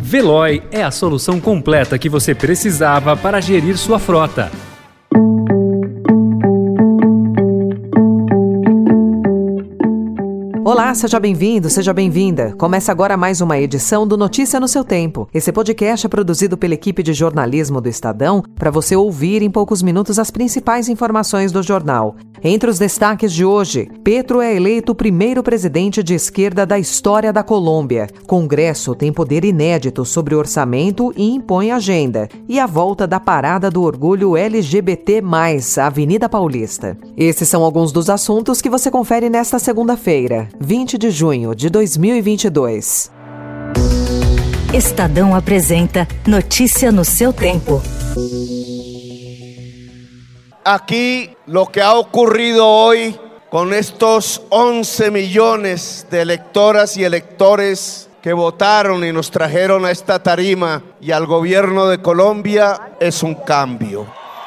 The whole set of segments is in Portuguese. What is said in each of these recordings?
Veloy é a solução completa que você precisava para gerir sua frota. Olá, seja bem-vindo, seja bem-vinda. Começa agora mais uma edição do Notícia no seu Tempo. Esse podcast é produzido pela equipe de jornalismo do Estadão para você ouvir em poucos minutos as principais informações do jornal. Entre os destaques de hoje, Petro é eleito o primeiro presidente de esquerda da história da Colômbia. Congresso tem poder inédito sobre o orçamento e impõe agenda. E a volta da Parada do Orgulho LGBT+, Avenida Paulista. Esses são alguns dos assuntos que você confere nesta segunda-feira, 20 de junho de 2022. Estadão apresenta Notícia no seu Tempo. Aquí lo que ha ocurrido hoy con estos 11 millones de electoras y electores que votaron y nos trajeron a esta tarima y al gobierno de Colombia es un cambio.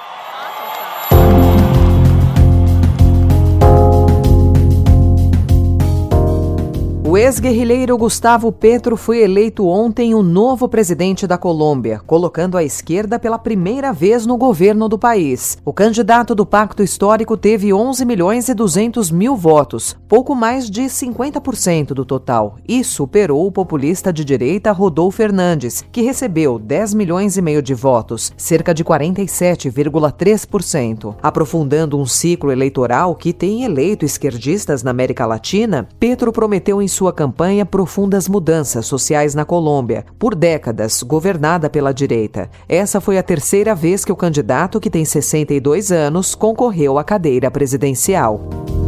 O ex-guerrilheiro Gustavo Petro foi eleito ontem o novo presidente da Colômbia, colocando a esquerda pela primeira vez no governo do país. O candidato do Pacto Histórico teve 11.200.000 votos, pouco mais de 50% do total, e superou o populista de direita Rodolfo Fernandes, que recebeu 10,5 milhões de votos, cerca de 47,3%. Aprofundando um ciclo eleitoral que tem eleito esquerdistas na América Latina, Petro prometeu em sua campanha profundas mudanças sociais na Colômbia, por décadas governada pela direita. Essa foi a terceira vez que o candidato, que tem 62 anos, concorreu à cadeira presidencial.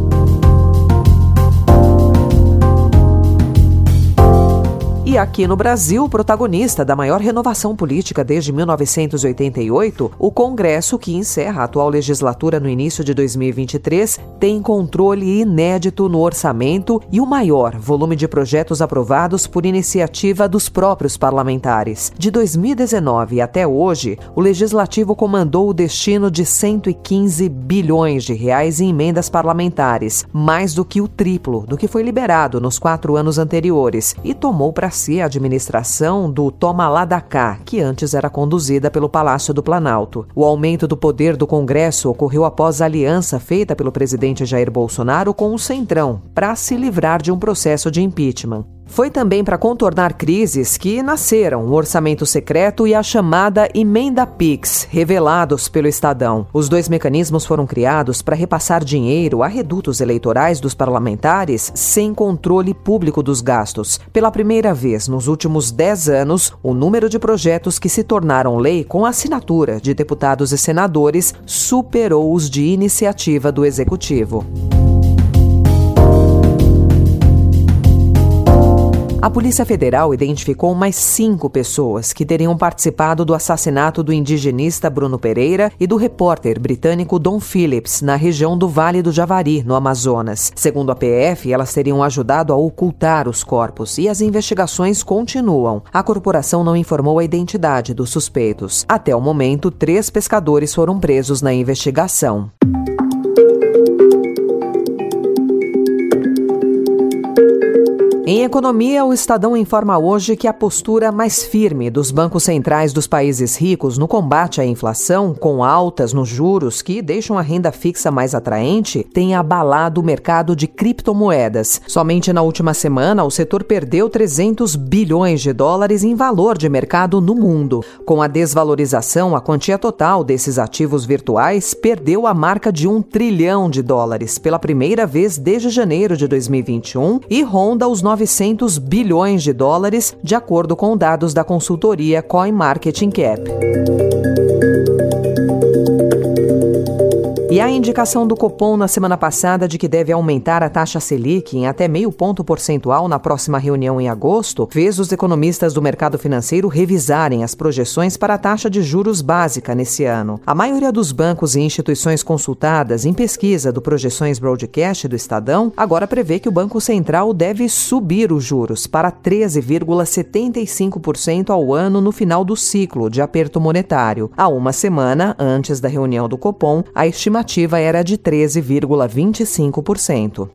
E aqui no Brasil, protagonista da maior renovação política desde 1988, o Congresso, que encerra a atual legislatura no início de 2023, tem controle inédito no orçamento e o maior volume de projetos aprovados por iniciativa dos próprios parlamentares. De 2019 até hoje, o Legislativo comandou o destino de 115 bilhões de reais em emendas parlamentares, mais do que o triplo do que foi liberado nos 4 anos anteriores, e tomou para si a administração do Toma lá da cá, que antes era conduzida pelo Palácio do Planalto. O aumento do poder do Congresso ocorreu após a aliança feita pelo presidente Jair Bolsonaro com o Centrão, para se livrar de um processo de impeachment. Foi também para contornar crises que nasceram o orçamento secreto e a chamada Emenda PIX, revelados pelo Estadão. Os dois mecanismos foram criados para repassar dinheiro a redutos eleitorais dos parlamentares sem controle público dos gastos. Pela primeira vez nos últimos 10 anos, o número de projetos que se tornaram lei com assinatura de deputados e senadores superou os de iniciativa do Executivo. A Polícia Federal identificou mais 5 pessoas que teriam participado do assassinato do indigenista Bruno Pereira e do repórter britânico Dom Phillips, na região do Vale do Javari, no Amazonas. Segundo a PF, elas teriam ajudado a ocultar os corpos e as investigações continuam. A corporação não informou a identidade dos suspeitos. Até o momento, 3 pescadores foram presos na investigação. Em economia, o Estadão informa hoje que a postura mais firme dos bancos centrais dos países ricos no combate à inflação, com altas nos juros que deixam a renda fixa mais atraente, tem abalado o mercado de criptomoedas. Somente na última semana, o setor perdeu 300 bilhões de dólares em valor de mercado no mundo. Com a desvalorização, a quantia total desses ativos virtuais perdeu a marca de $1 trilhão pela primeira vez desde janeiro de 2021 e ronda os 900 bilhões de dólares, de acordo com dados da consultoria CoinMarketCap. E a indicação do Copom na semana passada de que deve aumentar a taxa Selic em até 0,5 ponto percentual na próxima reunião em agosto fez os economistas do mercado financeiro revisarem as projeções para a taxa de juros básica nesse ano. A maioria dos bancos e instituições consultadas em pesquisa do Projeções Broadcast do Estadão agora prevê que o Banco Central deve subir os juros para 13,75% ao ano no final do ciclo de aperto monetário. Há uma semana, antes da reunião do Copom, a estimativa era de 13,25%.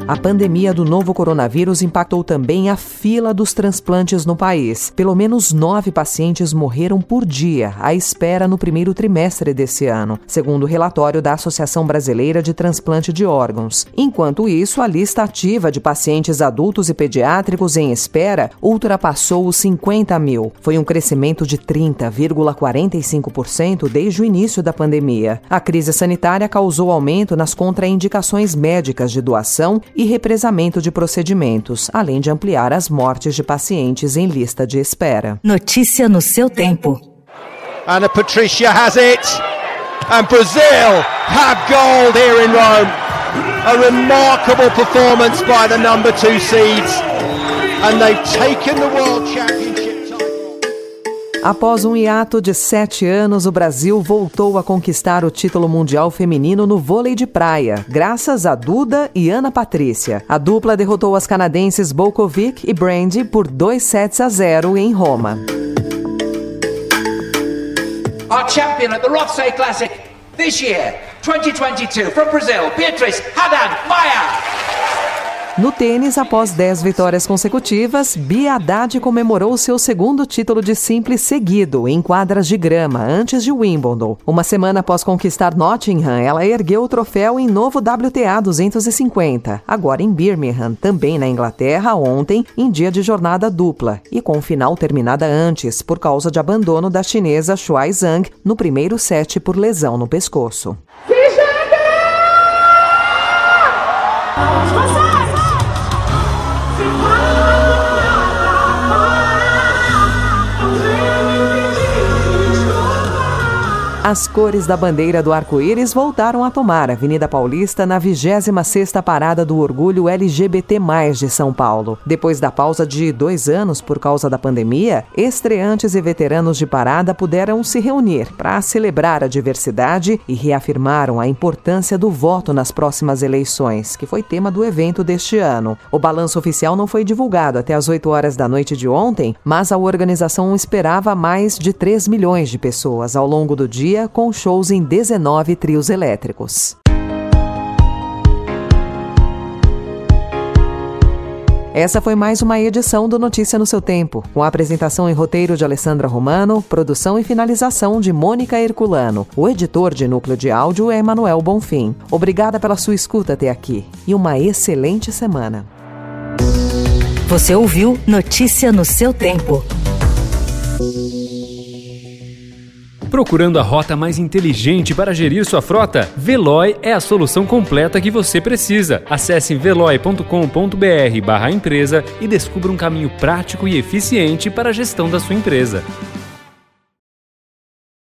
A pandemia do novo coronavírus impactou também a fila dos transplantes no país. Pelo menos 9 pacientes morreram por dia à espera no primeiro trimestre desse ano, segundo o relatório da Associação Brasileira de Transplante de Órgãos. Enquanto isso, a lista ativa de pacientes adultos e pediátricos em espera ultrapassou os 50 mil. Foi um crescimento de 30,45% desde o início da pandemia. A crise sanitária causou aumento nas contraindicações médicas de doação e represamento de procedimentos, além de ampliar as mortes de pacientes em lista de espera. Notícia no seu tempo. Ana Patricia has it, and Brazil have gold here in Rome. A remarkable performance by the number 2 seeds, and they've taken the World Championship title. Após um hiato de 7 anos, o Brasil voltou a conquistar o título mundial feminino no vôlei de praia, graças a Duda e Ana Patrícia. A dupla derrotou as canadenses Bolkovic e Brandy por 2-0 em Roma. Our champion at the Rothsay Classic this year, 2022, from Brazil, Beatriz Haddad Maia. No tênis, após 10 vitórias consecutivas, Bia Haddad comemorou seu segundo título de simples seguido, em quadras de grama, antes de Wimbledon. Uma semana após conquistar Nottingham, ela ergueu o troféu em novo WTA 250, agora em Birmingham, também na Inglaterra, ontem, em dia de jornada dupla, e com final terminada antes, por causa de abandono da chinesa Shuai Zhang no primeiro set por lesão no pescoço. As cores da bandeira do arco-íris voltaram a tomar a Avenida Paulista na 26ª Parada do Orgulho LGBT+, de São Paulo. Depois da pausa de 2 anos por causa da pandemia, estreantes e veteranos de parada puderam se reunir para celebrar a diversidade e reafirmaram a importância do voto nas próximas eleições, que foi tema do evento deste ano. O balanço oficial não foi divulgado até as 8 horas da noite de ontem, mas a organização esperava mais de 3 milhões de pessoas ao longo do dia, com shows em 19 trios elétricos. Essa foi mais uma edição do Notícia no seu Tempo, com a apresentação e roteiro de Alessandra Romano, produção e finalização de Mônica Herculano. O editor de núcleo de áudio é Emanuel Bonfim. Obrigada pela sua escuta até aqui e uma excelente semana. Você ouviu Notícia no seu Tempo. Procurando a rota mais inteligente para gerir sua frota? Veloy é a solução completa que você precisa. Acesse veloy.com.br/empresa e descubra um caminho prático e eficiente para a gestão da sua empresa.